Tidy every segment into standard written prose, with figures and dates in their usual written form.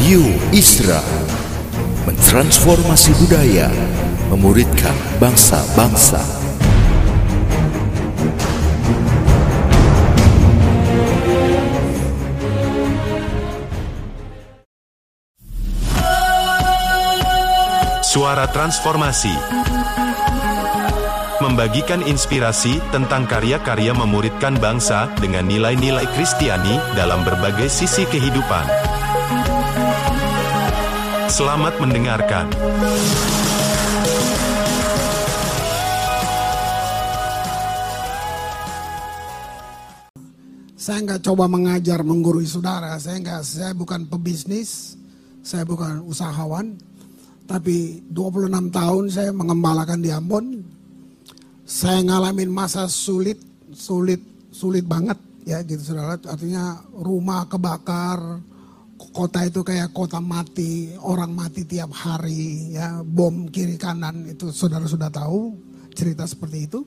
Radio Isra mentransformasi budaya, memuridkan bangsa-bangsa. Suara Transformasi membagikan inspirasi tentang karya-karya memuridkan bangsa dengan nilai-nilai Kristiani dalam berbagai sisi kehidupan. Selamat mendengarkan. Saya nggak coba mengajar, menggurui saudara. Saya bukan pebisnis, saya bukan usahawan. Tapi 26 tahun saya mengembalakan di Ambon. Saya ngalamin masa sulit banget ya gitu saudara. Artinya rumah kebakar, kota itu kayak kota mati, orang mati tiap hari ya, bom kiri kanan, itu saudara sudah tahu cerita seperti itu.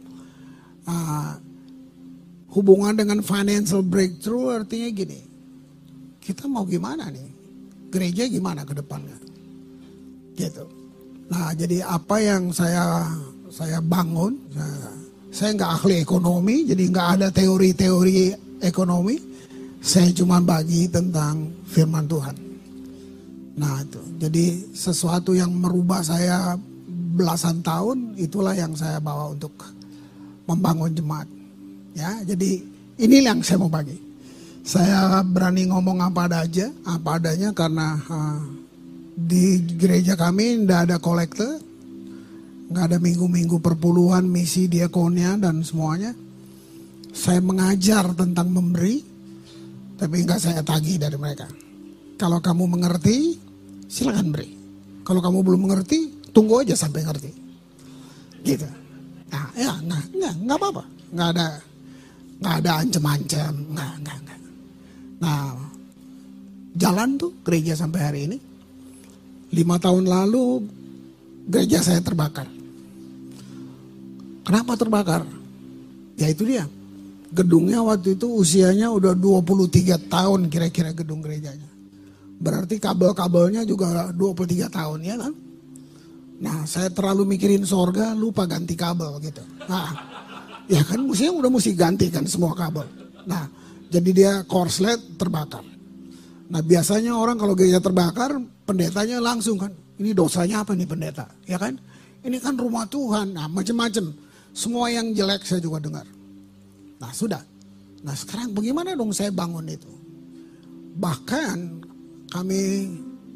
Hubungan dengan financial breakthrough artinya gini, kita mau gimana nih, gereja gimana ke depannya gitu. Nah jadi apa yang saya bangun, saya nggak ahli ekonomi, jadi nggak ada teori-teori ekonomi, saya cuma bagi tentang firman Tuhan. Nah itu, jadi sesuatu yang merubah saya belasan tahun, itulah yang saya bawa untuk membangun jemaat. Ya, jadi ini yang saya mau bagi. Saya berani ngomong apa adanya karena di gereja kami tidak ada kolektor, nggak ada minggu-minggu perpuluhan, misi diakonia dan semuanya. Saya mengajar tentang memberi, tapi nggak saya tagih dari mereka. Kalau kamu mengerti, silakan beri. Kalau kamu belum mengerti, tunggu aja sampai ngerti. Gitu. Nah, ya, nggak apa-apa, nggak ada ancam-ancam, nggak. Nah, jalan tuh gereja sampai hari ini. 5 tahun lalu gereja saya terbakar. Kenapa terbakar? Ya itu dia. Gedungnya waktu itu usianya udah 23 tahun kira-kira gedung gerejanya. Berarti kabel-kabelnya juga 23 tahun ya kan. Nah saya terlalu mikirin sorga, lupa ganti kabel gitu. Nah ya kan mesti ganti kan semua kabel. Nah jadi dia korslet terbakar. Nah biasanya orang kalau gereja terbakar, pendetanya langsung kan, ini dosanya apa nih pendeta, ya kan? Ini kan rumah Tuhan, nah macam-macam. Semua yang jelek saya juga dengar. Nah sudah, nah sekarang bagaimana dong saya bangun itu? Bahkan kami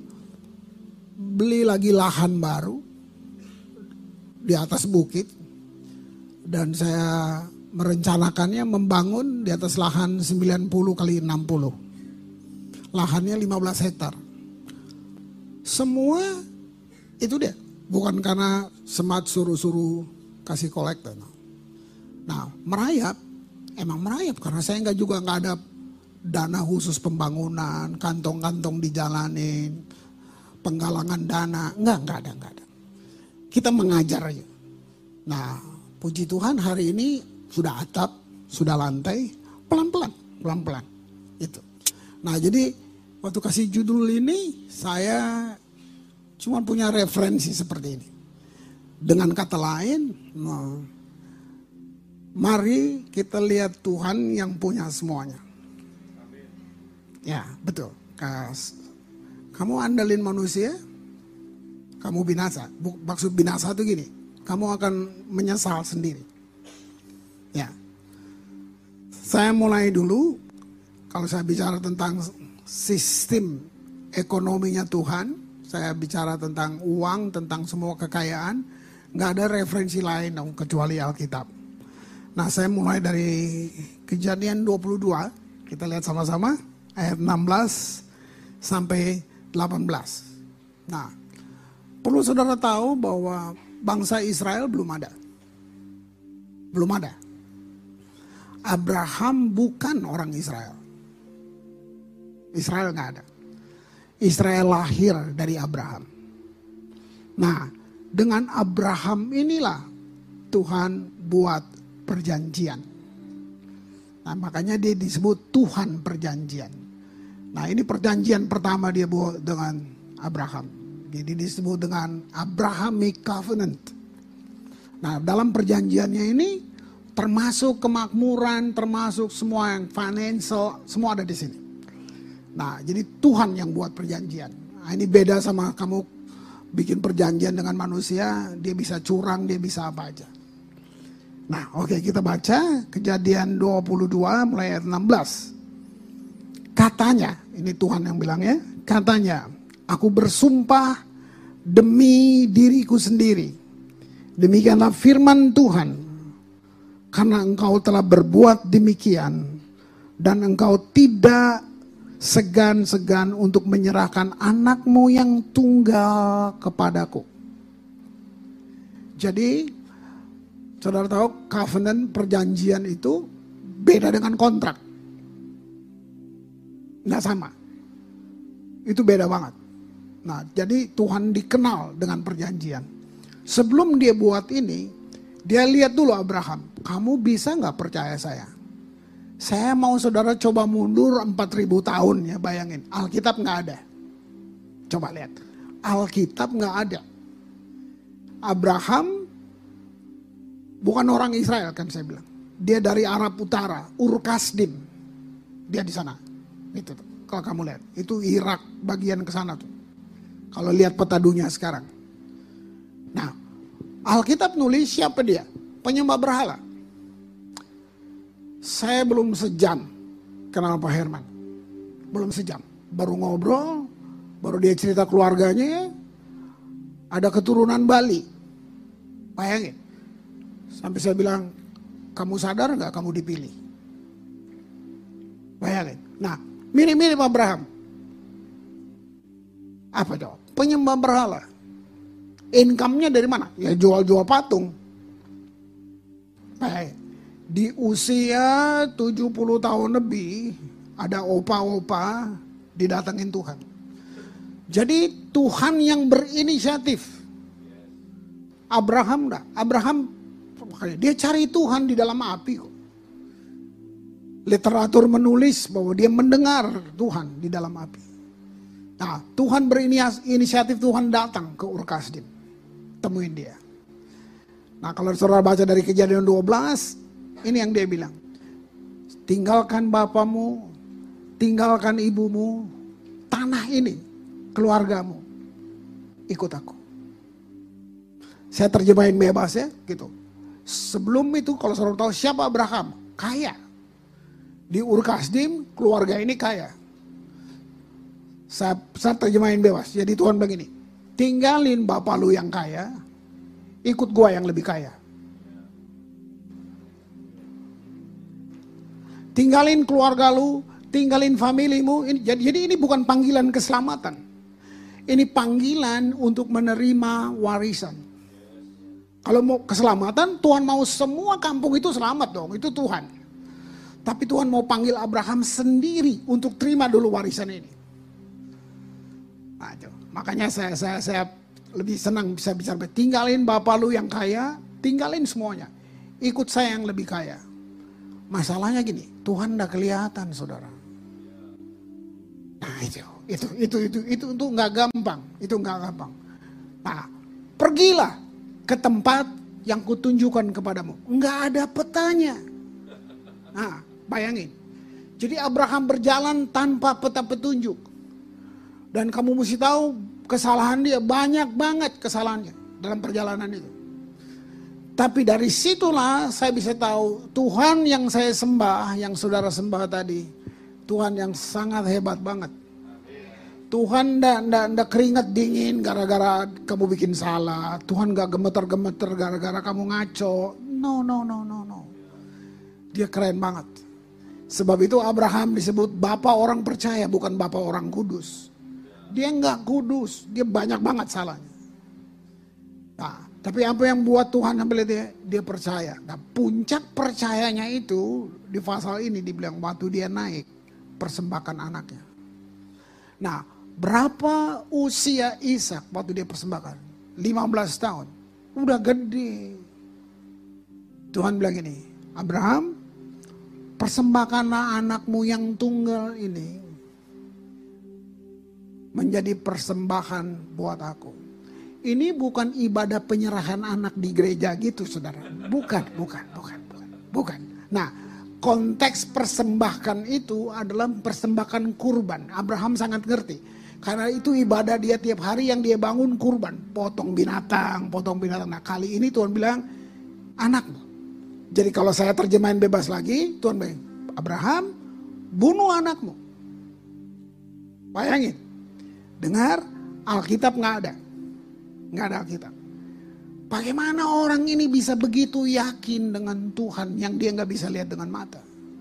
beli lagi lahan baru di atas bukit. Dan saya merencanakannya membangun di atas lahan 90 kali 60. Lahannya 15 hektar. Semua itu dia. Bukan karena semat suruh-suruh kasih kolektor. Nah merayap. Emang merayap karena saya nggak ada dana khusus pembangunan. Kantong-kantong dijalanin. Penggalangan dana. Nggak ada. Kita mengajar aja. Nah puji Tuhan hari ini sudah atap. Sudah lantai. Pelan-pelan. Itu. Nah jadi waktu kasih judul ini saya cuma punya referensi seperti ini. Dengan kata lain, mari kita lihat Tuhan yang punya semuanya. Ya betul. Kamu andalin manusia, kamu binasa. Maksud binasa itu gini, kamu akan menyesal sendiri. Ya, saya mulai dulu. Kalau saya bicara tentang sistem ekonominya Tuhan, saya bicara tentang uang, tentang semua kekayaan, nggak ada referensi lain dong kecuali Alkitab. Nah saya mulai dari Kejadian 22, kita lihat sama-sama ayat 16 sampai 18. Nah perlu saudara tahu bahwa bangsa Israel belum ada. Abraham bukan orang Israel. Israel nggak ada. Israel lahir dari Abraham. Nah, dengan Abraham inilah Tuhan buat perjanjian. Nah, makanya dia disebut Tuhan perjanjian. Nah ini perjanjian pertama dia buat dengan Abraham. Jadi disebut dengan Abrahamic Covenant. Nah dalam perjanjiannya ini termasuk kemakmuran, termasuk semua yang financial, semua ada di sini. Nah jadi Tuhan yang buat perjanjian. Nah, ini beda sama kamu bikin perjanjian dengan manusia, dia bisa curang, dia bisa apa aja. Nah oke, kita baca Kejadian 22 mulai ayat 16. Katanya, ini Tuhan yang bilang ya, katanya, aku bersumpah demi diriku sendiri. Demikianlah firman Tuhan, karena engkau telah berbuat demikian, dan engkau tidak segan-segan untuk menyerahkan anakmu yang tunggal kepadaku. Jadi, saudara tahu covenant perjanjian itu beda dengan kontrak. Nggak sama. Itu beda banget. Nah, jadi Tuhan dikenal dengan perjanjian. Sebelum dia buat ini, dia lihat dulu Abraham, kamu bisa nggak percaya saya? Saya mau saudara coba mundur 4.000 tahun ya, bayangin. Alkitab nggak ada. Coba lihat. Alkitab nggak ada. Abraham bukan orang Israel kan saya bilang. Dia dari Arab Utara, Ur Kasdim. Dia di sana. Itu tuh. Kalau kamu lihat, itu Irak bagian ke sana tuh. Kalau lihat peta dunia sekarang. Nah, Alkitab nulis siapa dia? Penyembah berhala. Saya belum sejam kenal Pak Herman. Belum sejam. Baru ngobrol, baru dia cerita keluarganya, ada keturunan Bali. Bayangin. Sampai saya bilang, kamu sadar nggak kamu dipilih? Bayangin. Nah, mirip-mirip Abraham. Apa itu? Penyembah berhala. Income-nya dari mana? Ya jual-jual patung. Baik. Di usia 70 tahun lebih, ada opa-opa didatengin Tuhan. Jadi Tuhan yang berinisiatif. Abraham enggak. Abraham, dia cari Tuhan di dalam api kok. Literatur menulis bahwa dia mendengar Tuhan di dalam api. Nah, Tuhan berinisiatif, Tuhan datang ke Ur Kasdim. Temuin dia. Nah, kalau saudara baca dari Kejadian 12, ini yang dia bilang. Tinggalkan bapamu, tinggalkan ibumu, tanah ini, keluargamu. Ikut aku. Saya terjemahin bebas ya, gitu. Sebelum itu kalau saudara tahu siapa Abraham? Kaya. Di Ur Kasdim, keluarga ini kaya. Saya terjemahin bebas. Jadi Tuhan begini, tinggalin bapak lu yang kaya, ikut gua yang lebih kaya. Tinggalin keluarga lu, tinggalin familimu. Jadi ini bukan panggilan keselamatan. Ini panggilan untuk menerima warisan. Kalau mau keselamatan, Tuhan mau semua kampung itu selamat dong, itu Tuhan. Tapi Tuhan mau panggil Abraham sendiri untuk terima dulu warisan ini. Nah, makanya saya lebih senang bisa bicara, tinggalin bapak lu yang kaya, tinggalin semuanya. Ikut saya yang lebih kaya. Masalahnya gini, Tuhan udah kelihatan saudara. Nah itu nggak gampang, itu nggak gampang. Nah, pergilah ke tempat yang kutunjukkan kepadamu. Nggak ada petanya. Nah, bayangin. Jadi Abraham berjalan tanpa peta petunjuk. Dan kamu mesti tahu kesalahan dia, banyak banget kesalahannya dalam perjalanan itu. Tapi dari situlah saya bisa tahu Tuhan yang saya sembah, yang saudara sembah tadi, Tuhan yang sangat hebat banget. Tuhan ndak keringat dingin gara-gara kamu bikin salah. Tuhan gak gemeter-gemeter gara-gara kamu ngaco. No. Dia keren banget. Sebab itu Abraham disebut bapak orang percaya, bukan bapak orang kudus. Dia nggak kudus, dia banyak banget salahnya. Nah, tapi apa yang buat Tuhan sampai dia percaya. Nah, puncak percayanya itu di pasal ini dibilang waktu dia naik persembahkan anaknya. Nah, berapa usia Ishak waktu dia persembahkan? 15 tahun. Udah gede. Tuhan bilang ini, Abraham, persembahkanlah anakmu yang tunggal ini menjadi persembahan buat aku. Ini bukan ibadah penyerahan anak di gereja gitu, saudara. Bukan. Nah, konteks persembahkan itu adalah persembahkan kurban. Abraham sangat ngerti. Karena itu ibadah dia tiap hari yang dia bangun kurban. Potong binatang. Nah, kali ini Tuhan bilang, anakmu. Jadi kalau saya terjemahin bebas lagi, Tuhan bilang, Abraham, bunuh anakmu. Bayangin. Dengar, Alkitab nggak ada Alkitab. Bagaimana orang ini bisa begitu yakin dengan Tuhan yang dia nggak bisa lihat dengan mata?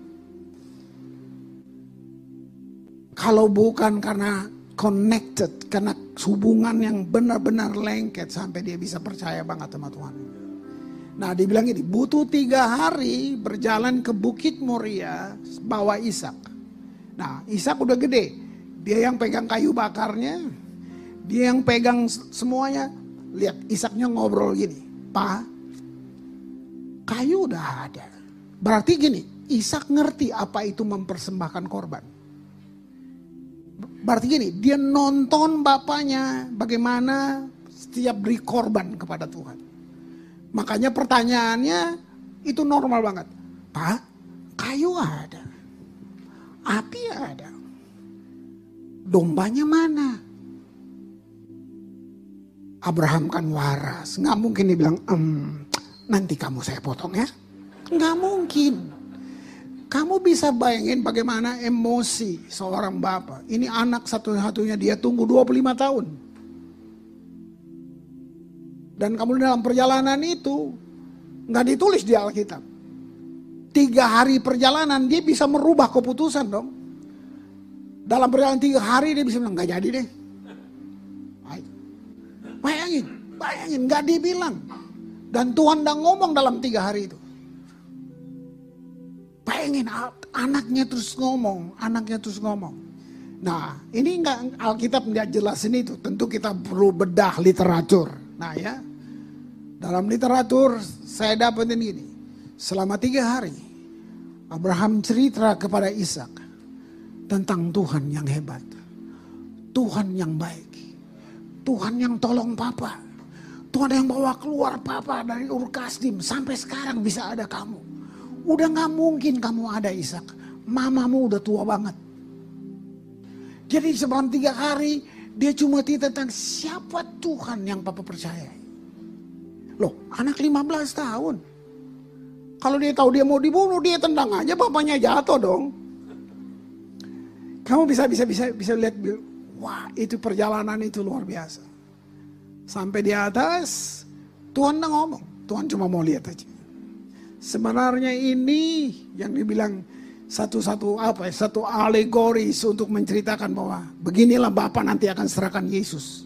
Kalau bukan karena connected, karena hubungan yang benar-benar lengket sampai dia bisa percaya banget sama Tuhan. Nah, dibilang ini, butuh 3 hari berjalan ke Bukit Moria bawa Ishak. Nah, Ishak udah gede. Dia yang pegang kayu bakarnya, dia yang pegang semuanya. Lihat, Ishaknya ngobrol gini, Pak, kayu udah ada. Berarti gini, Ishak ngerti apa itu mempersembahkan korban. Berarti gini, dia nonton bapaknya bagaimana setiap beri korban kepada Tuhan. Makanya pertanyaannya itu normal banget. Pak, kayu ada, api ada, dombanya mana? Abraham kan waras, nggak mungkin dia bilang, nanti kamu saya potong ya. Nggak mungkin. Kamu bisa bayangin bagaimana emosi seorang bapak. Ini anak satu-satunya dia tunggu 25 tahun. Dan kamu dalam perjalanan itu, nggak ditulis di Alkitab. 3 hari perjalanan dia bisa merubah keputusan dong. Dalam perjalanan 3 hari dia bisa bilang, nggak jadi deh. Bayangin, gak dibilang. Dan Tuhan udah ngomong dalam 3 hari itu. Bayangin, anaknya terus ngomong. Nah, ini Alkitab gak jelasin itu. Tentu kita perlu bedah literatur. Nah ya, dalam literatur saya dapetin gini. Selama 3 hari, Abraham cerita kepada Ishak tentang Tuhan yang hebat. Tuhan yang baik. Tuhan yang tolong papa. Tuhan yang bawa keluar papa dari Ur Kasdim. Sampai sekarang bisa ada kamu. Udah gak mungkin kamu ada, Ishak. Mamamu udah tua banget. Jadi sebelum 3 hari dia cuma tentang siapa Tuhan yang papa percaya. Loh, anak 15 tahun. Kalau dia tahu dia mau dibunuh, dia tendang aja, bapaknya jatuh dong. Kamu bisa lihat, wah, itu perjalanan itu luar biasa. Sampai di atas, Tuhan udah ngomong. Tuhan cuma mau lihat aja. Sebenarnya ini yang dibilang satu alegoris untuk menceritakan bahwa beginilah Bapa nanti akan serahkan Yesus.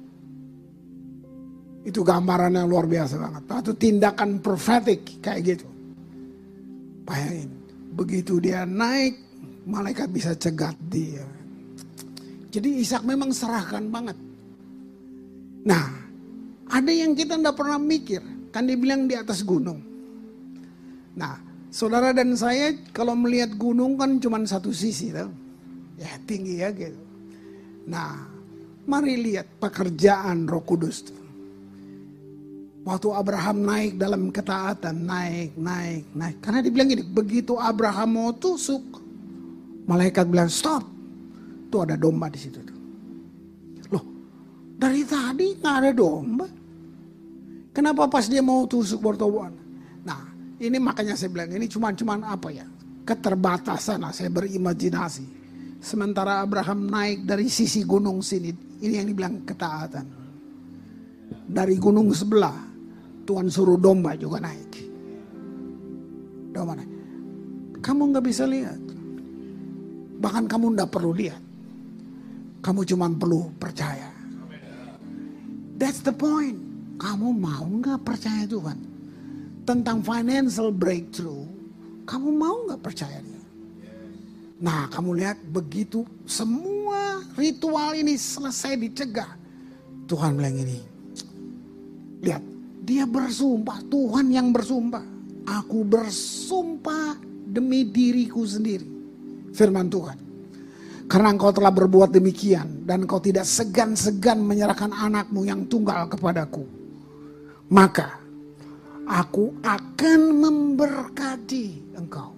Itu gambaran yang luar biasa banget. Itu tindakan prophetic kayak gitu. Bayangin, begitu dia naik, malaikat bisa cegat dia. Jadi Ishak memang serahkan banget. Nah, ada yang kita enggak pernah mikir. Kan dia bilang di atas gunung. Nah, saudara dan saya kalau melihat gunung kan cuma satu sisi. Tahu? Ya tinggi ya gitu. Nah, mari lihat pekerjaan Roh Kudus. Waktu Abraham naik dalam ketaatan. Naik. Karena dibilang gini, begitu Abraham mau tusuk, malaikat bilang stop. Tuh ada domba di situ tuh. Loh, dari tadi nggak ada domba. Kenapa pas dia mau tusuk bertobat? Nah, ini makanya saya bilang ini cuman apa ya? Keterbatasan lah, saya berimajinasi. Sementara Abraham naik dari sisi gunung sini, ini yang dibilang ketaatan. Dari gunung sebelah, Tuhan suruh domba juga naik. Domba naik. Kamu nggak bisa lihat. Bahkan kamu nggak perlu lihat. Kamu cuma perlu percaya. That's the point. Kamu mau nggak percaya Tuhan? Tentang financial breakthrough, kamu mau nggak percaya dia? Nah, kamu lihat begitu semua ritual ini selesai dicegah. Tuhan bilang ini. Lihat, dia bersumpah. Tuhan yang bersumpah. Aku bersumpah demi diriku sendiri. Firman Tuhan. Karena engkau telah berbuat demikian dan engkau tidak segan-segan menyerahkan anakmu yang tunggal kepadaku, maka aku akan memberkati engkau.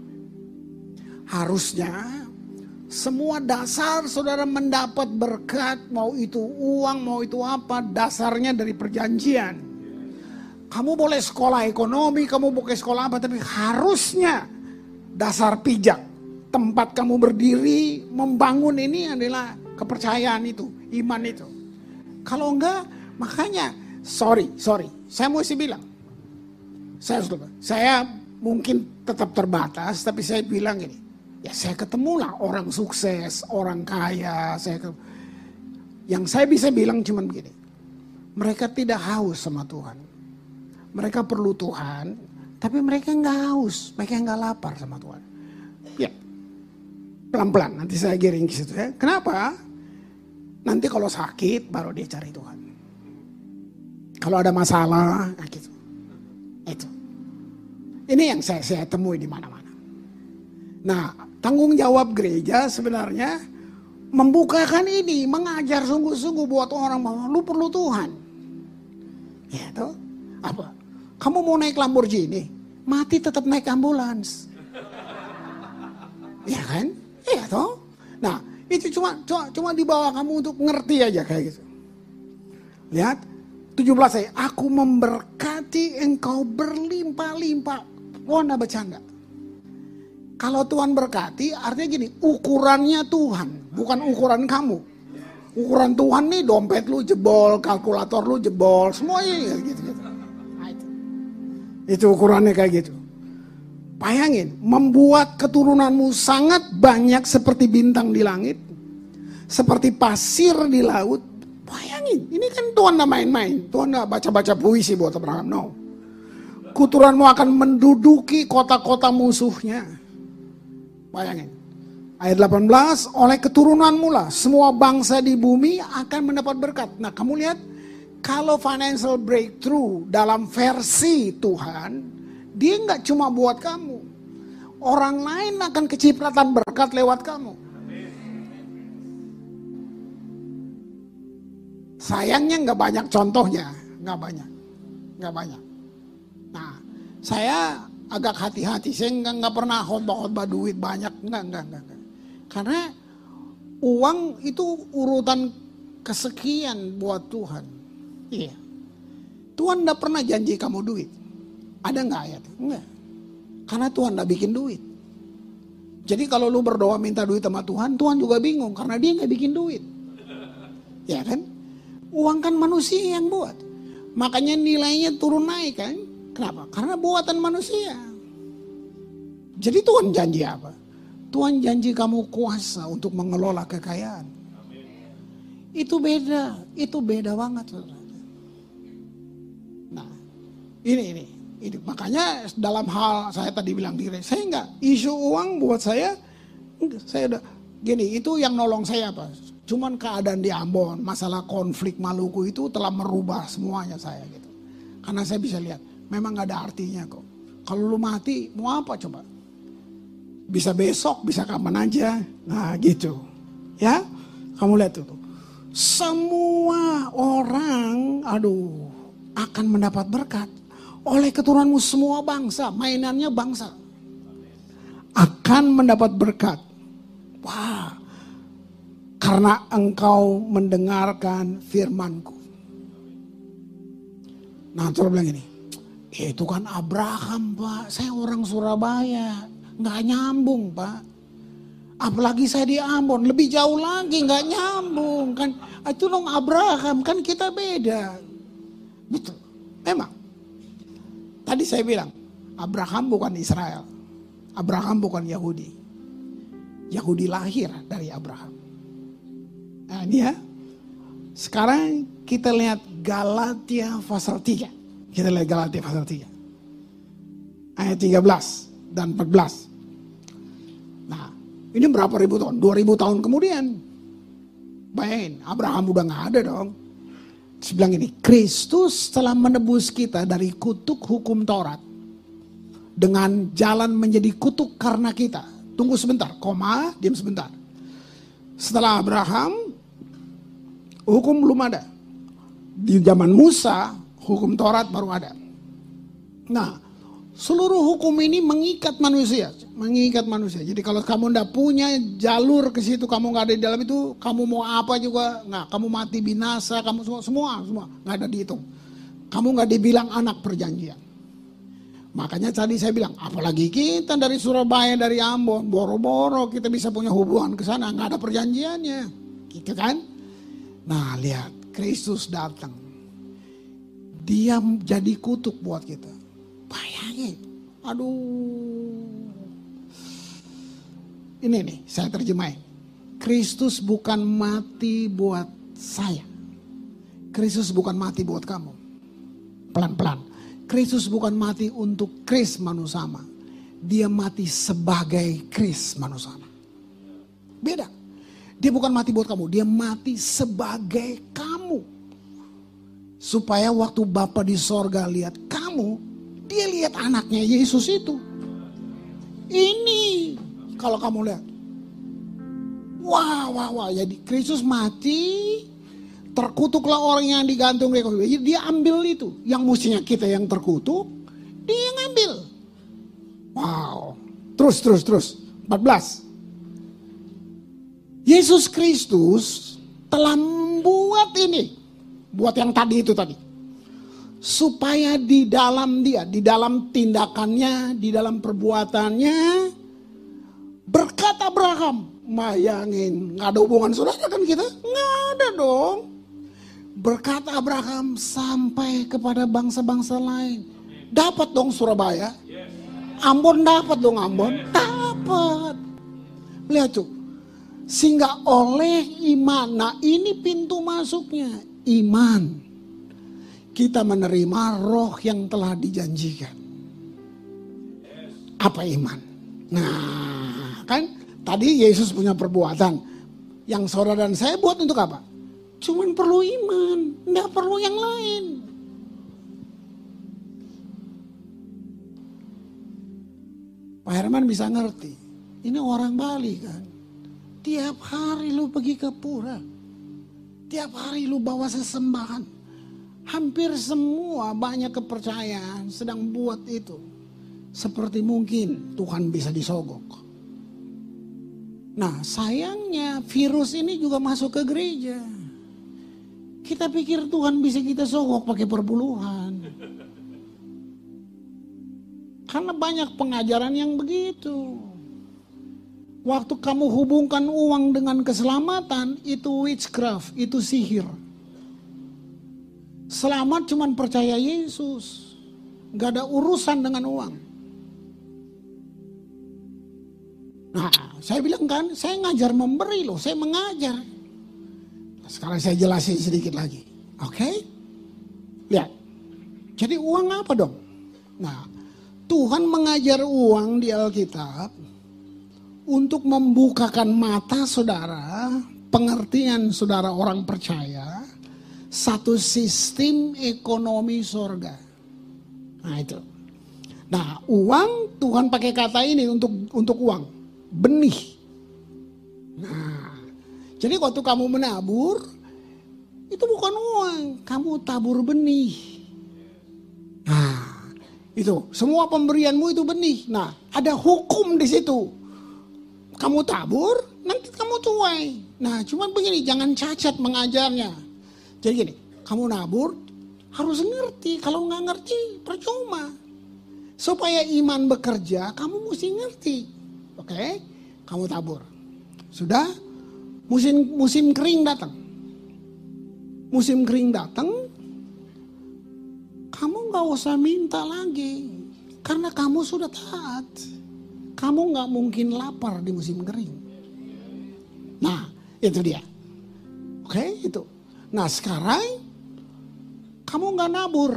Harusnya semua dasar saudara mendapat berkat, mau itu uang, mau itu apa, dasarnya dari perjanjian. Kamu boleh sekolah ekonomi, kamu boleh sekolah apa, tapi harusnya dasar pijak, tempat kamu berdiri, membangun ini adalah kepercayaan itu, iman itu. Kalau enggak, makanya sorry, saya mesti bilang, saya mungkin tetap terbatas, tapi saya bilang gini, ya saya ketemulah orang sukses, orang kaya, yang saya bisa bilang cuman begini, mereka tidak haus sama Tuhan. Mereka perlu Tuhan, tapi mereka nggak haus, mereka nggak lapar sama Tuhan. Ya, pelan-pelan nanti saya giring ke situ ya. Kenapa? Nanti kalau sakit baru dia cari Tuhan. Kalau ada masalah, nah gitu. Itu. Ini yang saya temui di mana-mana. Nah, tanggung jawab gereja sebenarnya membukakan ini, mengajar sungguh-sungguh buat orang bahwa lu perlu Tuhan. Ya toh? Apa? Kamu mau naik Lamborghini, mati tetap naik ambulans. Ya kan? Iya toh? Nah, itu cuma dibawa kamu untuk ngerti aja kayak gitu. Lihat, 17 saya, aku memberkati engkau berlimpah-limpah. Wah, nggak bercanda. Kalau Tuhan berkati, artinya gini, ukurannya Tuhan, bukan ukuran kamu. Ukuran Tuhan nih, dompet lu jebol, kalkulator lu jebol, semuanya gitu-gitu. Itu ukurannya kayak gitu. Bayangin, membuat keturunanmu sangat banyak seperti bintang di langit, seperti pasir di laut. Bayangin, ini kan Tuhan gak main-main. Tuhan gak baca-baca puisi buat Abraham, no. Keturunanmu akan menduduki kota-kota musuhnya. Bayangin. Ayat 18, oleh keturunanmu lah semua bangsa di bumi akan mendapat berkat. Nah kamu lihat, kalau financial breakthrough dalam versi Tuhan, dia nggak cuma buat kamu. Orang lain akan kecipratan berkat lewat kamu. Sayangnya nggak banyak contohnya, nggak banyak. Nah, saya agak hati-hati, saya nggak pernah khotbah duit banyak, nggak. Karena uang itu urutan kesekian buat Tuhan. Iya. Tuhan gak pernah janji kamu duit. Ada gak ayat? Enggak. Karena Tuhan gak bikin duit. Jadi kalau lu berdoa minta duit sama Tuhan, Tuhan juga bingung karena dia gak bikin duit. Ya kan? Uang kan manusia yang buat. Makanya nilainya turun naik kan? Kenapa? Karena buatan manusia. Jadi Tuhan janji apa? Tuhan janji kamu kuasa untuk mengelola kekayaan. Itu beda banget. Ini makanya dalam hal saya tadi bilang diri saya enggak, isu uang buat saya udah gini, itu yang nolong saya apa? Cuman keadaan di Ambon, masalah konflik Maluku itu telah merubah semuanya saya gitu. Karena saya bisa lihat, memang gak ada artinya kok. Kalau lu mati, mau apa coba? Bisa besok, bisa kapan aja. Nah gitu. Ya, kamu lihat tuh. Semua orang, akan mendapat berkat. Oleh keturunanmu semua bangsa, mainannya bangsa, akan mendapat berkat. Wah, karena engkau mendengarkan firmanku. Nah, Saudara bilang gini, itu kan Abraham Pak, saya orang Surabaya, nggak nyambung Pak. Apalagi saya di Ambon, lebih jauh lagi nggak nyambung kan. Itu dong Abraham, kan kita beda. Betul, memang. Tadi saya bilang, Abraham bukan Israel. Abraham bukan Yahudi. Yahudi lahir dari Abraham. Nah ini ya. Sekarang kita lihat Galatia pasal 3. Kita lihat Galatia pasal 3. Ayat 13 dan 14. Nah ini berapa ribu tahun? 2000 tahun kemudian. Bayangin, Abraham udah gak ada dong. Dia bilang ini, Kristus telah menebus kita dari kutuk hukum Taurat dengan jalan menjadi kutuk karena kita. Tunggu sebentar, diam sebentar. Setelah Abraham, hukum belum ada. Di zaman Musa, hukum Taurat baru ada. Nah, seluruh hukum ini mengikat manusia. Jadi kalau kamu ndak punya jalur ke situ, kamu nggak ada di dalam itu, kamu mau apa juga, nggak, kamu mati binasa, kamu semua nggak ada dihitung. Kamu nggak dibilang anak perjanjian. Makanya tadi saya bilang, apalagi kita dari Surabaya, dari Ambon, boro-boro kita bisa punya hubungan ke sana, nggak ada perjanjiannya, gitu kan? Nah lihat, Kristus datang, dia jadi kutuk buat kita. Bayangin, aduh, ini nih saya terjemahin. Kristus bukan mati buat saya, Kristus bukan mati buat kamu. Pelan-pelan. Kristus bukan mati untuk Kris Manusama. Dia mati sebagai Kris Manusama. Beda. Dia bukan mati buat kamu. Dia mati sebagai kamu. Supaya waktu Bapa di sorga lihat kamu, dia lihat anaknya Yesus itu. Ini kalau kamu lihat. Wah. Jadi Kristus mati. Terkutuklah orang yang digantung di kayu. Dia ambil itu. Yang mestinya kita yang terkutuk, dia yang ambil. Wow. Terus. 14. Yesus Kristus telah membuat ini. Buat yang tadi itu tadi. Supaya di dalam dia, di dalam tindakannya, di dalam perbuatannya, berkata Abraham. Bayangin, gak ada hubungan saudara kan kita? Gak ada dong. Berkata Abraham sampai kepada bangsa-bangsa lain. Dapat dong Surabaya. Ambon dapat dong Ambon. Dapat. Lihat tuh. Sehingga oleh iman. Nah ini pintu masuknya. Iman. Kita menerima roh yang telah dijanjikan. Apa iman? Nah kan tadi Yesus punya perbuatan. Yang saudara dan saya buat untuk apa? Cuman perlu iman, enggak perlu yang lain. Pak Herman bisa ngerti. Ini orang Bali kan. Tiap hari lu pergi ke pura. Tiap hari lu bawa sesembahan. Hampir semua banyak kepercayaan sedang buat itu. Seperti mungkin Tuhan bisa disogok. Nah sayangnya virus ini juga masuk ke gereja. Kita pikir Tuhan bisa kita sogok pakai perpuluhan. Karena banyak pengajaran yang begitu. Waktu kamu hubungkan uang dengan keselamatan, itu witchcraft, itu sihir. Selamat cuman percaya Yesus. Gak ada urusan dengan uang. Nah, saya bilang kan, saya ngajar memberi loh, saya mengajar. Sekarang saya jelasin sedikit lagi. Oke? Lihat. Jadi uang apa dong? Nah, Tuhan mengajar uang di Alkitab untuk membukakan mata saudara, pengertian saudara orang percaya, satu sistem ekonomi sorga. Nah itu. Nah uang Tuhan pakai kata ini untuk uang. Benih. Nah. Jadi waktu kamu menabur, itu bukan uang, kamu tabur benih. Nah, itu semua pemberianmu itu benih. Nah, ada hukum di situ. Kamu tabur, nanti kamu tuai. Nah, cuman begini, jangan cacat mengajarnya. Jadi gini, kamu nabur harus ngerti. Kalau nggak ngerti, percuma. Supaya iman bekerja, kamu mesti ngerti. Oke? Kamu tabur. Sudah? Musim kering datang. Musim kering datang, kamu gak usah minta lagi. Karena kamu sudah taat. Kamu gak mungkin lapar di musim kering. Nah, itu dia. Oke, itu. Nah, sekarang kamu gak nabur.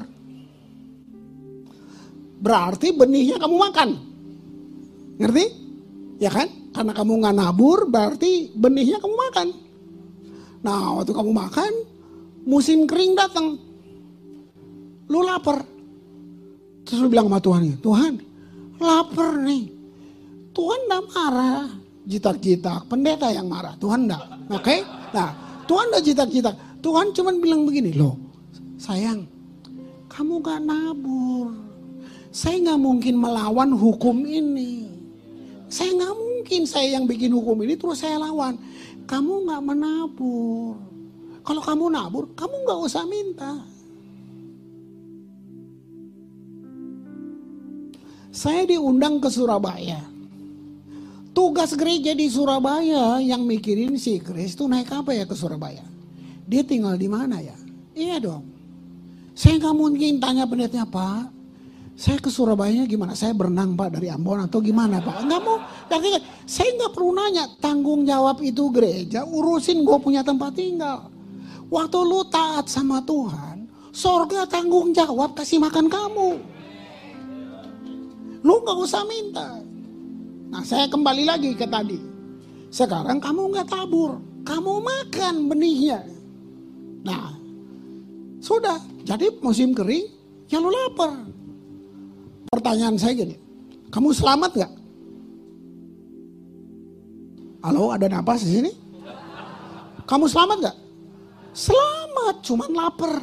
Berarti benihnya kamu makan. Ngerti? Ya kan? Karena kamu gak nabur berarti benihnya kamu makan. Nah waktu kamu makan, musim kering datang. Lu lapar. Terus lu bilang sama Tuhan, Tuhan lapar nih. Tuhan gak marah. jitak-jitak, pendeta yang marah, Tuhan enggak. Oke? Nah, Tuhan enggak jitak-jitak. Tuhan cuman bilang begini, loh sayang, kamu gak nabur. Saya gak mungkin melawan hukum ini. Saya gak mungkin saya yang bikin hukum ini terus saya lawan. Kamu gak menabur. Kalau kamu nabur, kamu gak usah minta. Saya diundang ke Surabaya. Tugas gereja di Surabaya yang mikirin si Chris itu naik apa ya ke Surabaya. Dia tinggal di mana ya? Iya dong. Saya gak mungkin tanya pendetanya, Pak, saya ke Surabaya gimana? Saya berenang Pak dari Ambon atau gimana Pak? Enggak mau. Saya gak perlu nanya. Tanggung jawab itu gereja, urusin gue punya tempat tinggal. Waktu lu taat sama Tuhan, sorga tanggung jawab kasih makan kamu. Lu gak usah minta. Nah saya kembali lagi ke tadi. Sekarang kamu gak tabur, kamu makan benihnya. Nah sudah, jadi musim kering, ya lu lapar. Pertanyaan saya gini, kamu selamat gak? Halo, ada napas di sini? Kamu selamat gak? Selamat, cuman lapar.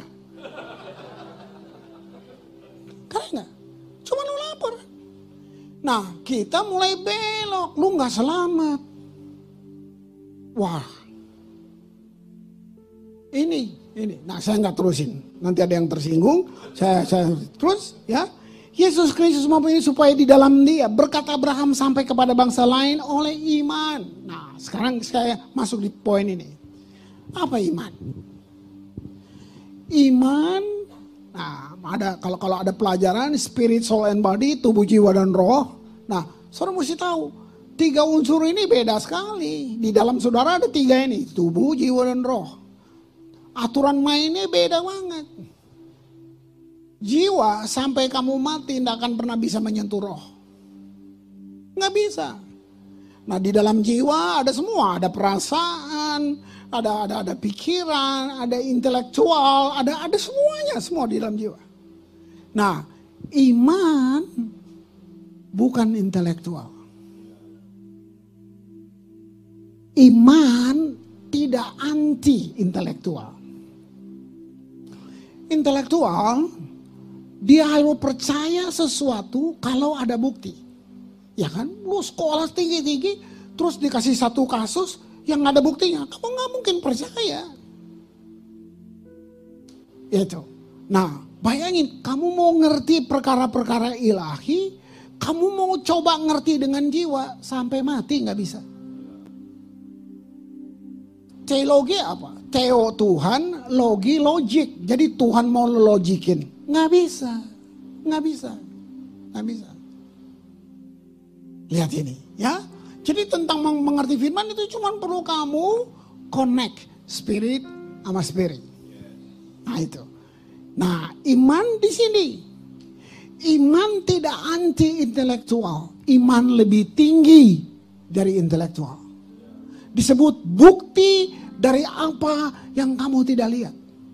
Keren gak? Cuman lu lapar. Nah, kita mulai belok, lu gak selamat. Wah. Ini. Nah, saya gak terusin. Nanti ada yang tersinggung, saya terus ya. Yesus Kristus mampu ini supaya di dalam dia berkat Abraham sampai kepada bangsa lain oleh iman. Nah, sekarang saya masuk di poin ini. Apa iman? Iman, nah ada kalau ada pelajaran spirit, soul and body, tubuh, jiwa dan roh. Nah, saudara mesti tahu 3 unsur ini beda sekali. Di dalam saudara ada 3 ini, tubuh, jiwa dan roh. Aturan mainnya beda banget. Jiwa sampai kamu mati tidak akan pernah bisa menyentuh roh. Nggak bisa. Nah di dalam jiwa ada semua, ada perasaan, ada pikiran, ada intelektual, ada semuanya, semua di dalam jiwa. Nah iman bukan intelektual. Iman tidak anti intelektual. Intelektual dia harus percaya sesuatu kalau ada bukti. Ya kan, lu sekolah tinggi-tinggi terus dikasih satu kasus yang ada buktinya, kamu gak mungkin percaya. Itu. Nah, bayangin kamu mau ngerti perkara-perkara ilahi, kamu mau coba ngerti dengan jiwa, sampai mati gak bisa. Teologi apa? Teo Tuhan, logi logik. Jadi Tuhan mau logikin. Nggak bisa. Lihat ini ya. Jadi tentang mengerti firman itu cuma perlu kamu connect spirit sama spirit. Nah itu. Nah iman di sini. Iman tidak anti intelektual. Iman lebih tinggi dari intelektual. Disebut bukti dari apa yang kamu tidak lihat.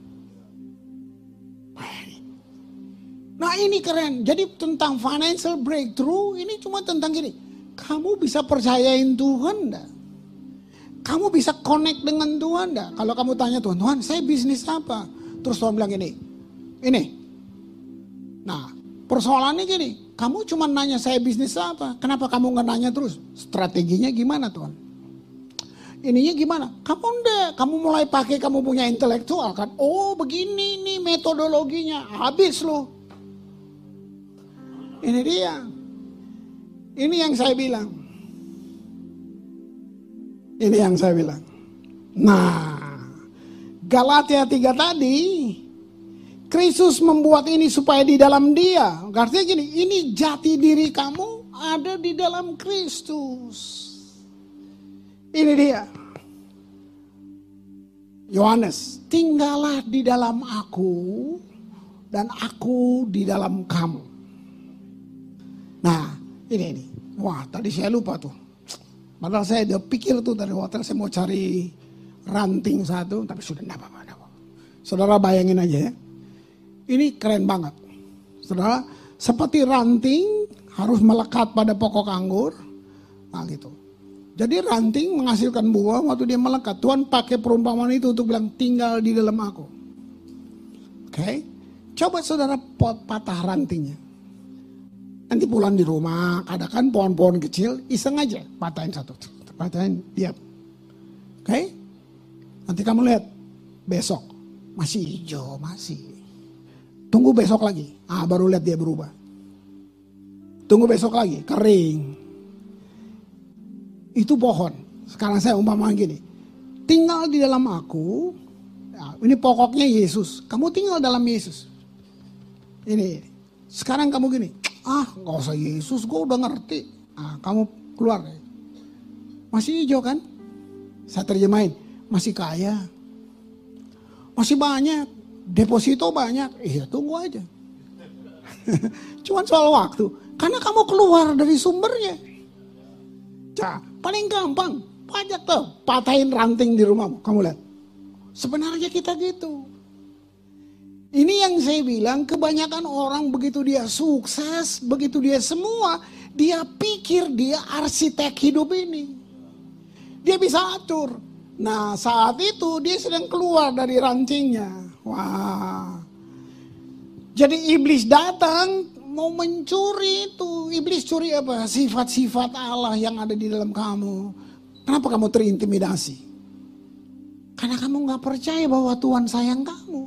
Nah ini keren. Jadi tentang financial breakthrough ini cuma tentang gini. Kamu bisa percayain Tuhan enggak? Kamu bisa connect dengan Tuhan enggak? Kalau kamu tanya Tuhan saya bisnis apa? Terus Tuhan bilang ini. Nah persoalannya gini. Kamu cuma nanya saya bisnis apa? Kenapa kamu nggak nanya terus? Strateginya gimana Tuhan? Ininya gimana? Kamu enggak. Kamu mulai pakai kamu punya intelektual kan? Oh begini nih metodologinya. Habis loh. Ini dia. Ini yang saya bilang. Nah, Galatia 3 tadi, Kristus membuat ini supaya di dalam dia. Artinya gini, ini jati diri kamu ada di dalam Kristus. Ini dia. Yohanes, tinggallah di dalam aku dan aku di dalam kamu. Nah, ini. Wah, tadi saya lupa tuh. Padahal saya udah pikir tuh dari hotel saya mau cari ranting satu, tapi sudah enggak apa-apa. Saudara bayangin aja ya. Ini keren banget. Saudara, seperti ranting harus melekat pada pokok anggur. Nah gitu. Jadi ranting menghasilkan buah waktu dia melekat. Tuhan pakai perumpamaan itu untuk bilang tinggal di dalam aku. Oke? Coba saudara patah rantingnya. Nanti pulang di rumah, ada kan pohon-pohon kecil, iseng aja patahin satu. Patahin, diam. Oke? Nanti kamu lihat besok masih hijau, masih. Tunggu besok lagi. Baru lihat dia berubah. Tunggu besok lagi, kering. Itu pohon. Sekarang saya umpamakan gini. Tinggal di dalam aku. Ya, ini pokoknya Yesus. Kamu tinggal dalam Yesus. Ini. Sekarang kamu gini. Gak usah Yesus, gue udah ngerti. Kamu keluar. Masih hijau kan? Saya terjemahin. Masih kaya. Masih banyak. Deposito banyak. Iya, tunggu aja. Cuman soal waktu. Karena kamu keluar dari sumbernya. Paling gampang, pajak tuh, patahin ranting di rumahmu. Kamu lihat, sebenarnya kita gitu. Ini yang saya bilang, kebanyakan orang begitu dia sukses, begitu dia semua, dia pikir dia arsitek hidup ini. Dia bisa atur. Nah saat itu dia sedang keluar dari rantingnya. Wah. Jadi iblis datang mau mencuri itu. Iblis curi apa? Sifat-sifat Allah yang ada di dalam kamu. Kenapa kamu terintimidasi? Karena kamu gak percaya bahwa Tuhan sayang kamu.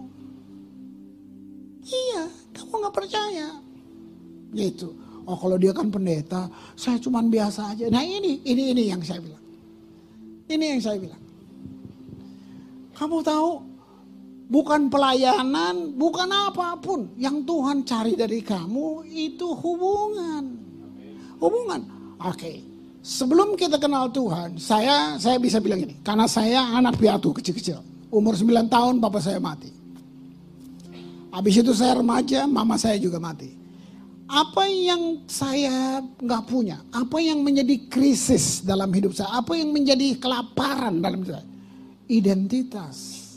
Iya, kamu gak percaya. Gitu. Kalau dia kan pendeta, saya cuman biasa aja. Nah ini yang saya bilang. Ini yang saya bilang. Kamu tahu, bukan pelayanan, bukan apapun. Yang Tuhan cari dari kamu itu hubungan. Hubungan. Oke. Sebelum kita kenal Tuhan, saya bisa bilang ini. Karena saya anak piatu kecil-kecil. Umur 9 tahun bapak saya mati. Habis itu saya remaja, mama saya juga mati. Apa yang saya nggak punya? Apa yang menjadi krisis dalam hidup saya? Apa yang menjadi kelaparan dalam hidup saya? Identitas.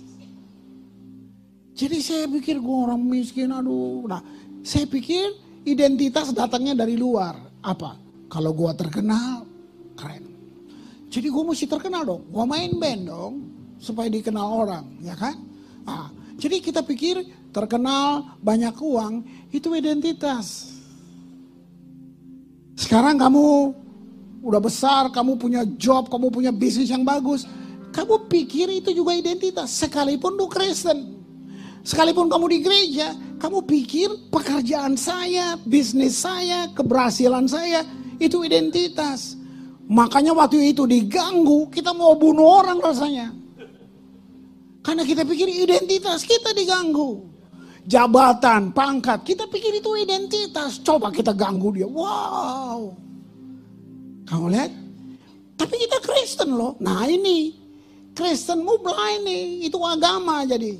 Jadi saya pikir gue orang miskin, aduh. Nah, saya pikir identitas datangnya dari luar. Apa? Kalau gue terkenal, keren. Jadi gue mesti terkenal dong. Gue main band dong, supaya dikenal orang, ya kan? Nah, jadi kita pikir terkenal, banyak uang, itu identitas. Sekarang kamu udah besar, kamu punya job, kamu punya bisnis yang bagus. Kamu pikir itu juga identitas, sekalipun lu Kristen. Sekalipun kamu di gereja, kamu pikir pekerjaan saya, bisnis saya, keberhasilan saya, itu identitas. Makanya waktu itu diganggu, kita mau bunuh orang rasanya. Karena kita pikir identitas kita diganggu. Jabatan, pangkat, kita pikir itu identitas. Coba kita ganggu dia, wow. Kamu lihat? Tapi kita Kristen loh. Nah ini, Kristenmu blind nih, itu agama jadi.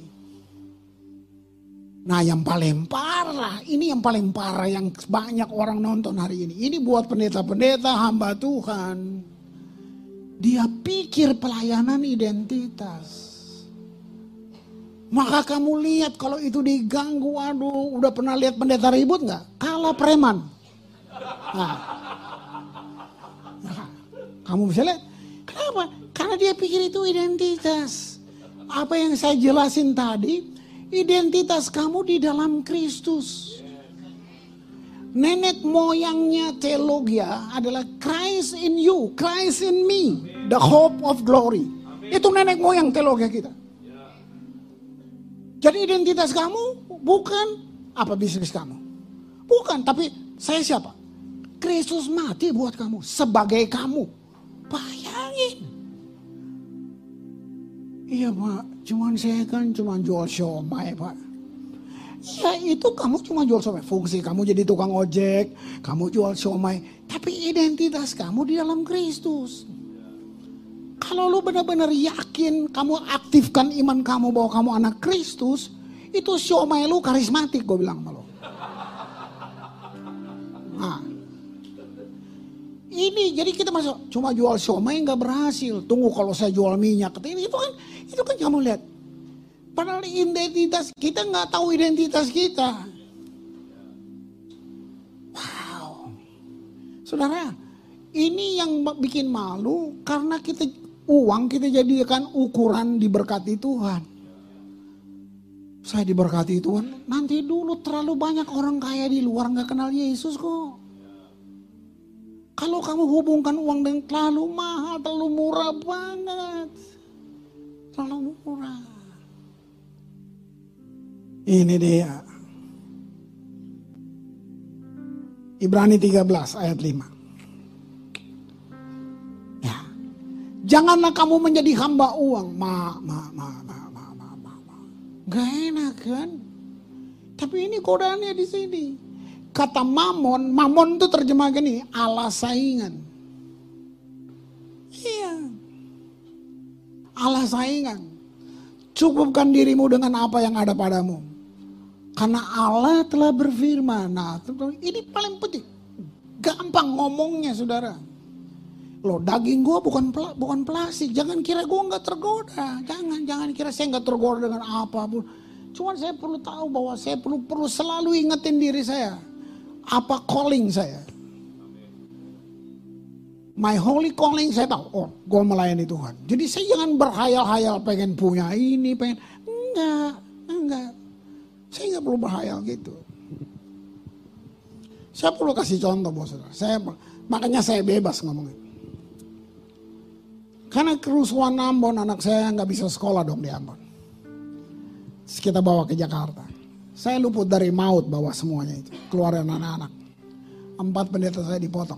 Nah yang paling parah, ini yang paling parah yang banyak orang nonton hari ini. Ini buat pendeta-pendeta, hamba Tuhan. Dia pikir pelayanan identitas. Maka kamu lihat kalau itu diganggu, aduh, udah pernah lihat pendeta ribut gak? Kalah preman. Nah, kamu bisa lihat, kenapa? Karena dia pikir itu identitas. Apa yang saya jelasin tadi, identitas kamu di dalam Kristus. Nenek moyangnya teologia adalah Christ in you, Christ in me, the hope of glory. Itu nenek moyang teologia kita. Jadi identitas kamu bukan apa bisnis kamu. Bukan, tapi saya siapa? Kristus mati buat kamu, sebagai kamu. Bayangin. Iya Pak, cuman saya kan cuma jual siomay Pak. Ya itu kamu cuma jual siomay. Fungsi kamu jadi tukang ojek, kamu jual siomay. Tapi identitas kamu di dalam Kristus. Kalau lu benar-benar yakin, kamu aktifkan iman kamu bahwa kamu anak Kristus, itu siomay lu karismatik, gue bilang sama lu. Nah, ini jadi kita masuk cuma jual siomay nggak berhasil. Tunggu kalau saya jual minyak, itu kan kamu lihat. Padahal identitas kita nggak tahu identitas kita. Wow, saudara. Ini yang bikin malu karena uang kita jadikan ukuran diberkati Tuhan. Saya diberkati Tuhan, nanti dulu terlalu banyak orang kaya di luar gak kenal Yesus kok. Kalau kamu hubungkan uang dengan terlalu mahal, terlalu murah banget. Terlalu murah. Ini dia. Ibrani 13 ayat 5. Ya. Janganlah kamu menjadi hamba uang. Gak enak kan? Tapi ini kodaannya di sini. Kata mamon itu terjemah gini, Allah saingan. Iya. Allah saingan. Cukupkan dirimu dengan apa yang ada padamu. Karena Allah telah berfirman. Nah, ini paling penting. Gampang ngomongnya, saudara. Loh, daging gue bukan plastik. Jangan kira gue nggak tergoda. Jangan kira saya nggak tergoda dengan apapun. Cuman saya perlu tahu bahwa saya perlu selalu ingetin diri saya. Apa calling saya? My holy calling saya tahu. Oh, gue melayani Tuhan. Jadi saya jangan berhayal-hayal pengen punya ini, pengen. Enggak. Saya nggak perlu berhayal gitu. Saya perlu kasih contoh, bos. Makanya saya bebas ngomongin. Karena kerusuhan Ambon, anak saya nggak bisa sekolah dong di Ambon. Terus kita bawa ke Jakarta. Saya luput dari maut bawa semuanya itu. Keluaran anak-anak. 4 pendeta saya dipotong.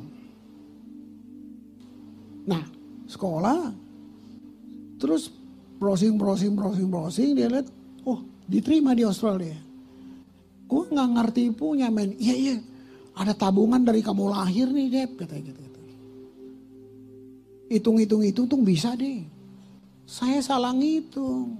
Nah, sekolah. Terus browsing. Dia lihat, oh diterima di Australia. Gue gak ngerti punya men. Iya. Ada tabungan dari kamu lahir nih Dep. Kata gitu. Hitung bisa deh. Saya salah ngitung.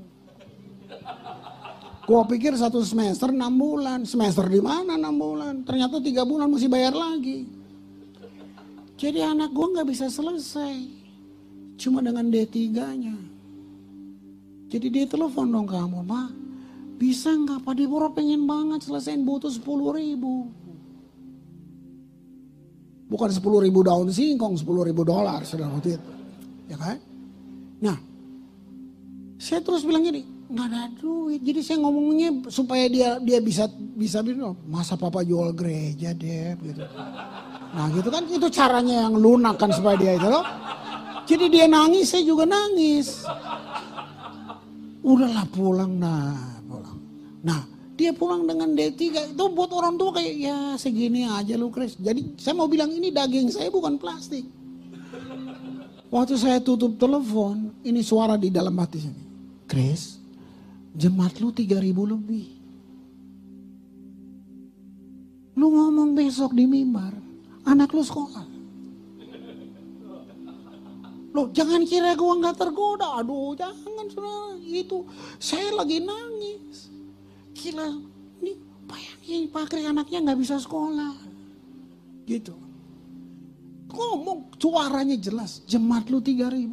Gue pikir 1 semester 6 bulan. Semester di mana 6 bulan? Ternyata 3 bulan mesti bayar lagi. Jadi anak gue gak bisa selesai. Cuma dengan D3-nya. Jadi dia telepon dong kamu. Pak, bisa gak Pak Diboro pengen banget selesaiin butuh 10.000. Bukan 10.000 daun singkong, $10.000 saudara waktu itu. Ya kan? Nah, saya terus bilang gini, nggak ada duit. Jadi saya ngomongnya supaya dia bisa bilang, masa papa jual gereja Dep gitu. Nah gitu kan, itu caranya yang lunak kan supaya dia itu loh. Jadi dia nangis, saya juga nangis. Udahlah pulang. Nah dia pulang dengan D3, itu buat orang tua kayak ya segini aja lu Chris. Jadi saya mau bilang ini daging saya bukan plastik. Waktu saya tutup telepon, ini suara di dalam hati saya. Chris, jemaat lu 3.000 lebih. Lu ngomong besok di mimbar, anak lu sekolah. Loh jangan kira gua gak tergoda. Aduh jangan saudara, itu saya lagi nangis. Gila, ini bayangin Pak Kri anaknya gak bisa sekolah. Gitu. Ngomong suaranya jelas, jemaat lu 3.000.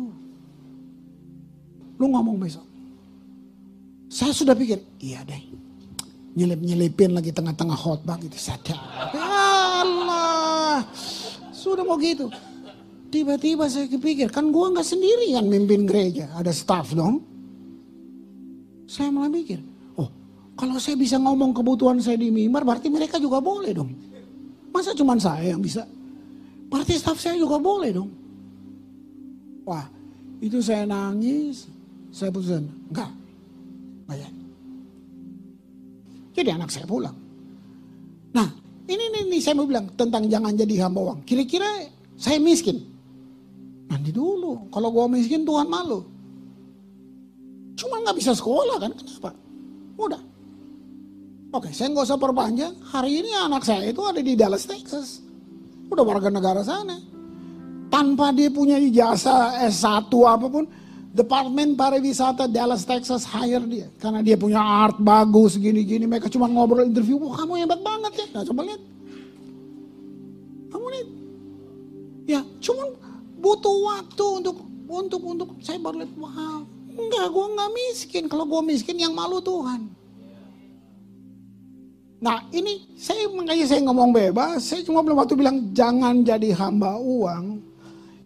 Lu ngomong besok. Saya sudah pikir, iya deh. Nyelip-nyelipin lagi tengah-tengah khotbah gitu. Sadar. Allah. Sudah mau gitu. Tiba-tiba saya kepikir, kan gua gak sendirian mimpin gereja. Ada staff dong. Saya malah mikir, oh kalau saya bisa ngomong kebutuhan saya di mimbar, berarti mereka juga boleh dong. Masa cuma saya yang bisa? Berarti staff saya juga boleh dong. Wah, itu saya nangis. Saya putuskan, enggak. Bayar. Jadi anak saya pulang. Nah, ini saya mau bilang tentang jangan jadi hamba uang. Kira-kira saya miskin? Nanti dulu. Kalau gua miskin Tuhan malu. Cuma gak bisa sekolah kan, kenapa? Udah. Oke, saya gak usah perpanjang. Hari ini anak saya itu ada di Dallas, Texas. Udah warga negara sana. Tanpa dia punya ijazah S1 apapun, Departemen Pariwisata Dallas, Texas hire dia. Karena dia punya art bagus gini-gini. Mereka cuma ngobrol interview, wah kamu hebat banget ya. Nah coba lihat. Kamu lihat. Ya cuma butuh waktu untuk saya baru lihat, wow. Enggak, gue gak miskin. Kalau gue miskin yang malu Tuhan. Nah ini makanya saya ngomong bebas. Saya cuma belum waktu bilang jangan jadi hamba uang.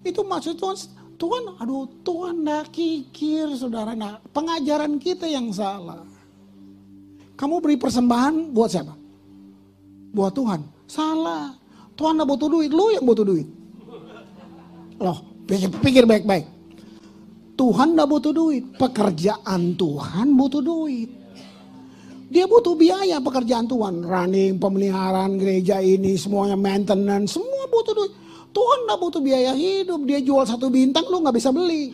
Itu maksud Tuhan, Tuhan gak kikir saudara. Nah, pengajaran kita yang salah. Kamu beri persembahan buat siapa? Buat Tuhan. Salah. Tuhan gak butuh duit, lu yang butuh duit. Loh, pikir baik-baik. Tuhan gak butuh duit, pekerjaan Tuhan butuh duit. Dia butuh biaya pekerjaan Tuhan. Running, pemeliharaan gereja ini, semuanya maintenance, semua butuh duit. Tuhan gak butuh biaya hidup. Dia jual 1 bintang, lu gak bisa beli.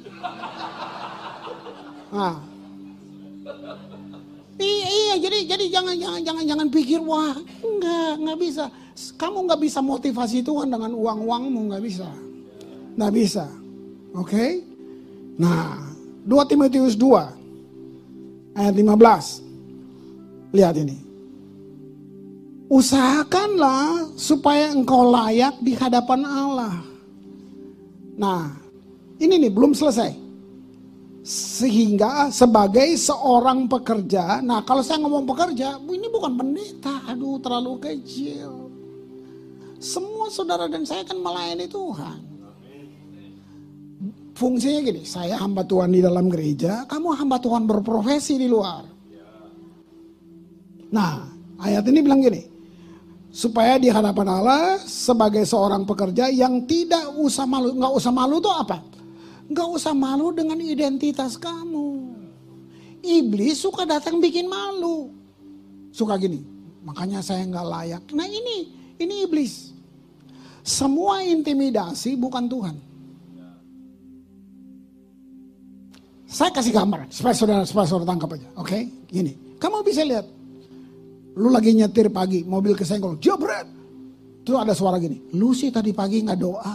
Nah. Iya, jadi jangan pikir, wah nggak bisa. Kamu nggak bisa motivasi Tuhan dengan uangmu, nggak bisa. Nggak bisa. Oke? Nah, 2 Timotius 2 ayat 15. Lihat ini. Usahakanlah supaya engkau layak di hadapan Allah. Nah, ini nih belum selesai. Sehingga sebagai seorang pekerja, nah kalau saya ngomong pekerja, ini bukan pendeta, aduh terlalu kecil. Semua saudara dan saya kan melayani Tuhan. Fungsinya gini, saya hamba Tuhan di dalam gereja, kamu hamba Tuhan berprofesi di luar. Nah, ayat ini bilang gini, supaya di hadapan Allah sebagai seorang pekerja yang tidak usah malu. Nggak usah malu tuh apa? Nggak usah malu dengan identitas kamu. Iblis suka datang bikin malu. Suka gini, makanya saya nggak layak. Nah ini iblis. Semua intimidasi bukan Tuhan. Saya kasih gambar supaya saudara tangkap aja. Oke, gini. Kamu bisa lihat. Lu lagi nyetir pagi, mobil kesenggol, jebret. Terus ada suara gini, lu sih tadi pagi nggak doa.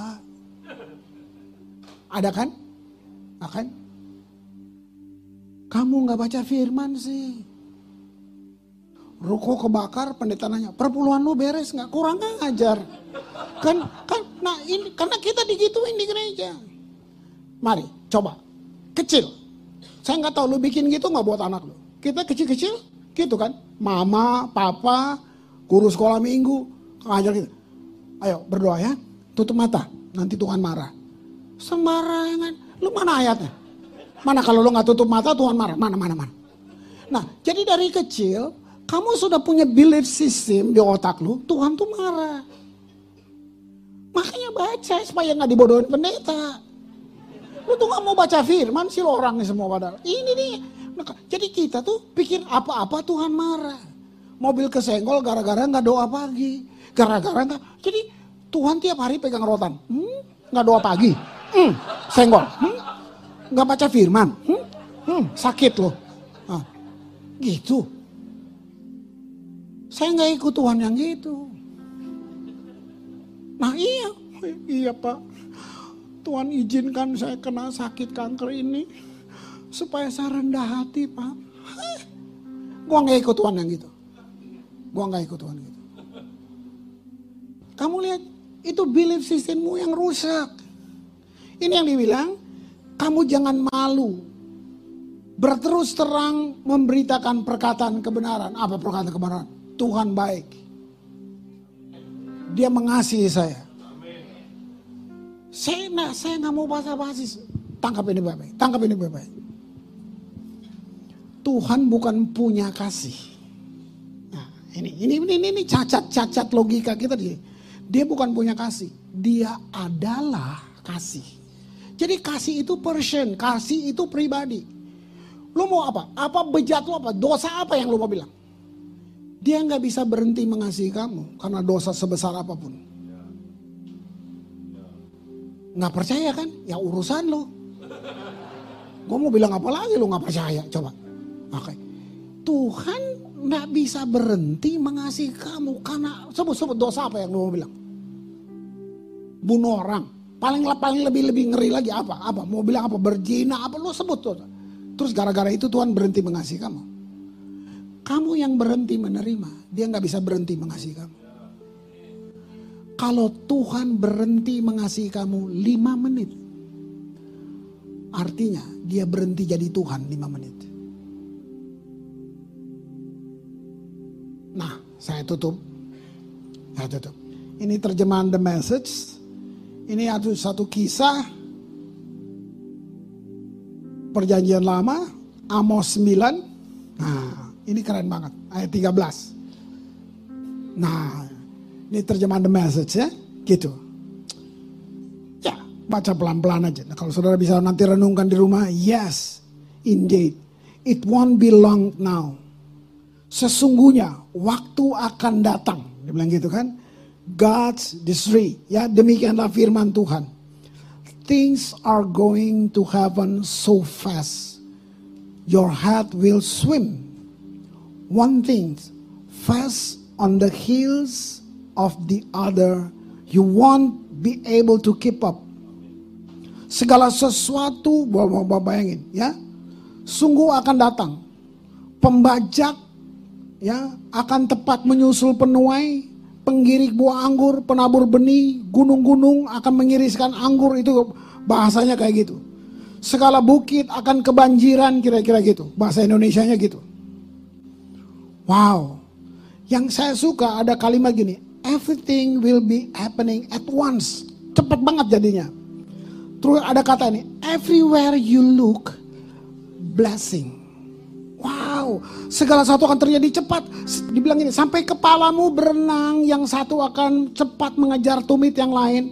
Ada kan? Akan? Kamu nggak baca firman sih. Ruko kebakar, pendeta nanya, perpuluhan lu beres nggak? Kurang ngajar. Kan, nah ini karena kita digituin di gereja. Mari, coba, kecil. Saya nggak tahu lu bikin gitu nggak buat anak lu. Kita kecil-kecil, gitu kan? Mama, papa, guru sekolah minggu, ngajar kita. Ayo berdoa ya, tutup mata, nanti Tuhan marah. Sembarangan. Lu mana ayatnya? Mana kalau lu gak tutup mata Tuhan marah? Mana? Nah, jadi dari kecil kamu sudah punya belief system di otak lu, Tuhan tuh marah. Makanya baca supaya gak dibodohin pendeta. Lu tuh gak mau baca firman sih lo orang nih semua padahal. Ini nih. Jadi kita tuh pikir apa-apa Tuhan marah. Mobil kesenggol gara-gara gak doa pagi. Gara-gara gak. Jadi Tuhan tiap hari pegang rotan. Gak doa pagi. Senggol. Gak baca firman. Sakit loh. Gitu. Saya gak ikut Tuhan yang gitu. Nah iya Pak. Tuhan izinkan saya kena sakit kanker ini. Supaya saya rendah hati Pak. Gua gak ikut Tuhan yang gitu. Kamu lihat. Itu belief sistemmu yang rusak. Ini yang dibilang, kamu jangan malu. Berterus terang memberitakan perkataan kebenaran. Apa perkataan kebenaran? Tuhan baik. Dia mengasihi saya. Saya nggak mau basa-basi. Tangkap ini baik-baik. Tuhan bukan punya kasih. Nah, ini cacat logika kita di sini. Dia bukan punya kasih. Dia adalah kasih. Jadi kasih itu person, kasih itu pribadi. Lu mau apa? Apa bejat lu apa? Dosa apa yang lu mau bilang? Dia nggak bisa berhenti mengasihi kamu karena dosa sebesar apapun. Nggak percaya kan? Ya urusan lu. Gue mau bilang apa lagi lu nggak percaya? Coba. Oke. Tuhan nggak bisa berhenti mengasihi kamu karena sebut dosa apa yang lu mau bilang? Bunuh orang. Paling lebih ngeri lagi apa? Mau bilang apa? Berzina apa? Lu sebut tuh. Terus gara-gara itu Tuhan berhenti mengasihi kamu. Kamu yang berhenti menerima, dia nggak bisa berhenti mengasihi kamu. Kalau Tuhan berhenti mengasihi kamu 5 menit, artinya dia berhenti jadi Tuhan 5 menit. Nah, saya tutup. Ini terjemahan The Message Ini ada satu kisah Perjanjian Lama, Amos 9. Nah, ini keren banget, ayat 13. Nah, ini terjemahan The Message ya, gitu. Ya, baca pelan-pelan aja. Nah, kalau saudara bisa nanti renungkan di rumah, yes, indeed, it won't be long now. Sesungguhnya waktu akan datang, dia bilang gitu kan. God's decree, ya demikianlah firman Tuhan. Things are going to happen so fast. Your heart will swim. One thing, fast on the heels of the other. You won't be able to keep up. Segala sesuatu, bayangin ya, sungguh akan datang. Pembajak ya akan tepat menyusul penuai. Penggirik buah anggur, penabur benih, gunung-gunung akan mengiriskan anggur, itu bahasanya kayak gitu. Segala bukit akan kebanjiran, kira-kira gitu. Bahasa Indonesianya gitu. Wow. Yang saya suka ada kalimat gini, everything will be happening at once. Cepat banget jadinya. Terus ada kata ini, everywhere you look, blessing. Wow, segala sesuatu akan terjadi cepat. Dibilang ini, sampai kepalamu berenang, yang satu akan cepat mengejar tumit yang lain.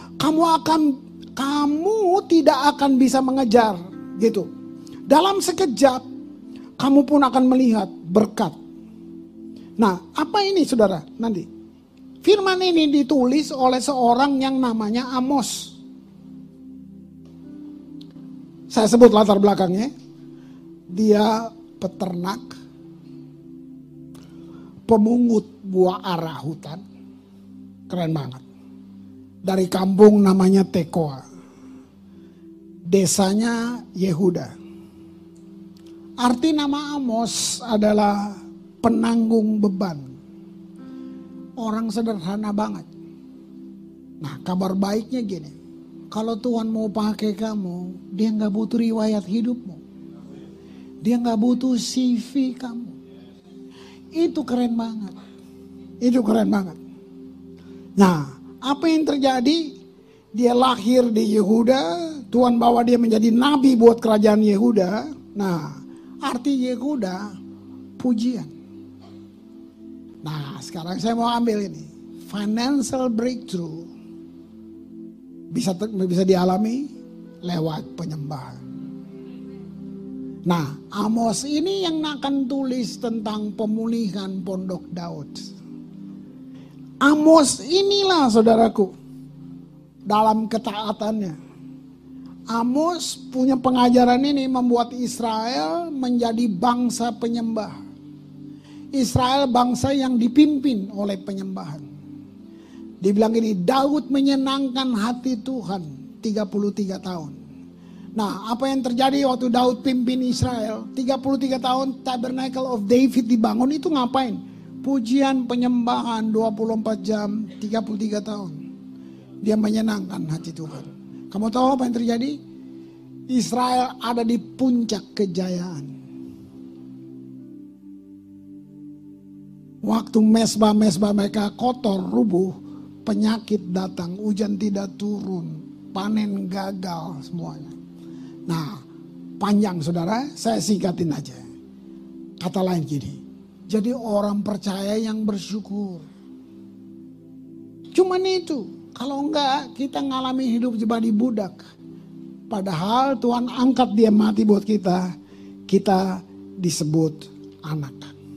Kamu tidak akan bisa mengejar, gitu. Dalam sekejap, kamu pun akan melihat berkat. Nah, apa ini saudara? Nanti firman ini ditulis oleh seorang yang namanya Amos. Saya sebut latar belakangnya. Dia peternak, pemungut buah ara hutan. Keren banget. Dari kampung namanya Tekoa. Desanya Yehuda. Arti nama Amos adalah penanggung beban. Orang sederhana banget. Nah, kabar baiknya gini. Kalau Tuhan mau pakai kamu, dia gak butuh riwayat hidupmu. Dia gak butuh CV kamu. Itu keren banget. Itu keren banget. Nah, apa yang terjadi? Dia lahir di Yehuda. Tuhan bawa dia menjadi nabi buat kerajaan Yehuda. Nah, arti Yehuda, pujian. Nah, sekarang saya mau ambil ini. Financial breakthrough. Bisa dialami lewat penyembahan. Nah, Amos ini yang akan tulis tentang pemulihan Pondok Daud. Amos inilah saudaraku, dalam ketaatannya. Amos punya pengajaran ini membuat Israel menjadi bangsa penyembah. Israel bangsa yang dipimpin oleh penyembahan. Dibilang ini, Daud menyenangkan hati Tuhan 33 tahun. Nah, apa yang terjadi waktu Daud pimpin Israel? 33 tahun Tabernacle of David dibangun, itu ngapain? Pujian, penyembahan 24 jam, 33 tahun. Dia menyenangkan hati Tuhan. Kamu tahu apa yang terjadi? Israel ada di puncak kejayaan. Waktu mesbah-mesbah mereka kotor, rubuh, penyakit datang, hujan tidak turun, panen gagal semuanya. Nah, panjang saudara, saya singkatin aja. Kata lain gini, jadi orang percaya yang bersyukur. Cuman itu, kalau enggak kita ngalami hidup jadi budak. Padahal Tuhan angkat dia mati buat kita, kita disebut anak.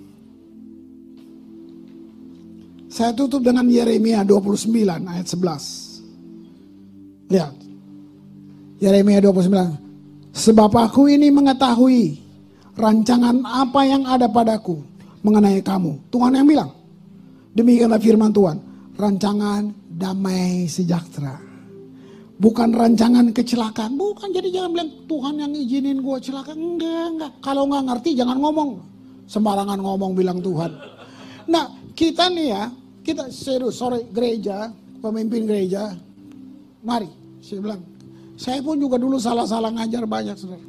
Saya tutup dengan Yeremia 29 ayat 11. Lihat. Yeremia 29. Sebab aku ini mengetahui rancangan apa yang ada padaku mengenai kamu. Tuhan yang bilang. Demikianlah firman Tuhan. Rancangan damai sejahtera. Bukan rancangan kecelakaan. Bukan, jadi jangan bilang Tuhan yang izinin gue celaka. Enggak. Kalau nggak ngerti jangan ngomong. Sembarangan ngomong bilang Tuhan. Nah, kita nih ya, kita serius, sore gereja, pemimpin gereja, mari, saya bilang, saya pun juga dulu salah-salah ngajar banyak, saudara.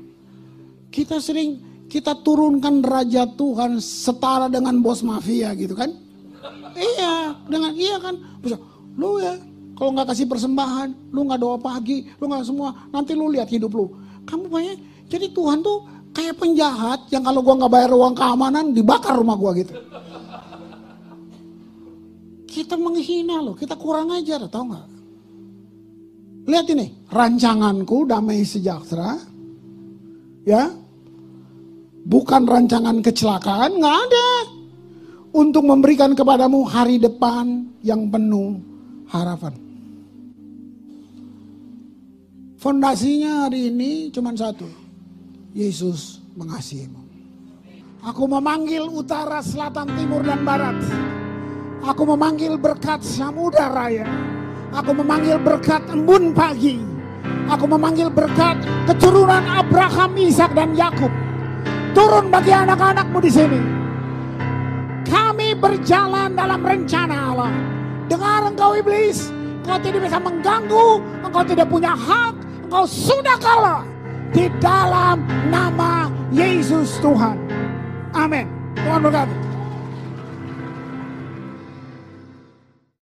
Kita turunkan derajat Tuhan setara dengan bos mafia gitu kan? Iya kan? Bisa, lu ya, Kalau nggak kasih persembahan, lu nggak doa pagi, lu nggak semua, nanti lu lihat hidup lu. Kamu banyak. Jadi Tuhan tuh kayak penjahat yang kalau gua nggak bayar uang keamanan dibakar rumah gua gitu. Kita menghina loh, kita kurang ajar, tau nggak? Lihat ini, rancanganku damai sejahtera, ya, bukan rancangan kecelakaan, nggak ada. Untuk memberikan kepadamu hari depan yang penuh harapan. Fondasinya hari ini cuma satu, Yesus mengasihimu. Aku memanggil utara, selatan, timur, dan barat. Aku memanggil berkat Samudra Raya. Aku memanggil berkat embun pagi. Aku memanggil berkat keturunan Abraham, Ishak, dan Yakub. Turun bagi anak-anakmu di sini. Kami berjalan dalam rencana Allah. Dengar engkau iblis, engkau tidak bisa mengganggu, engkau tidak punya hak, engkau sudah kalah. Di dalam nama Yesus Tuhan. Amin. Tuhan berkati.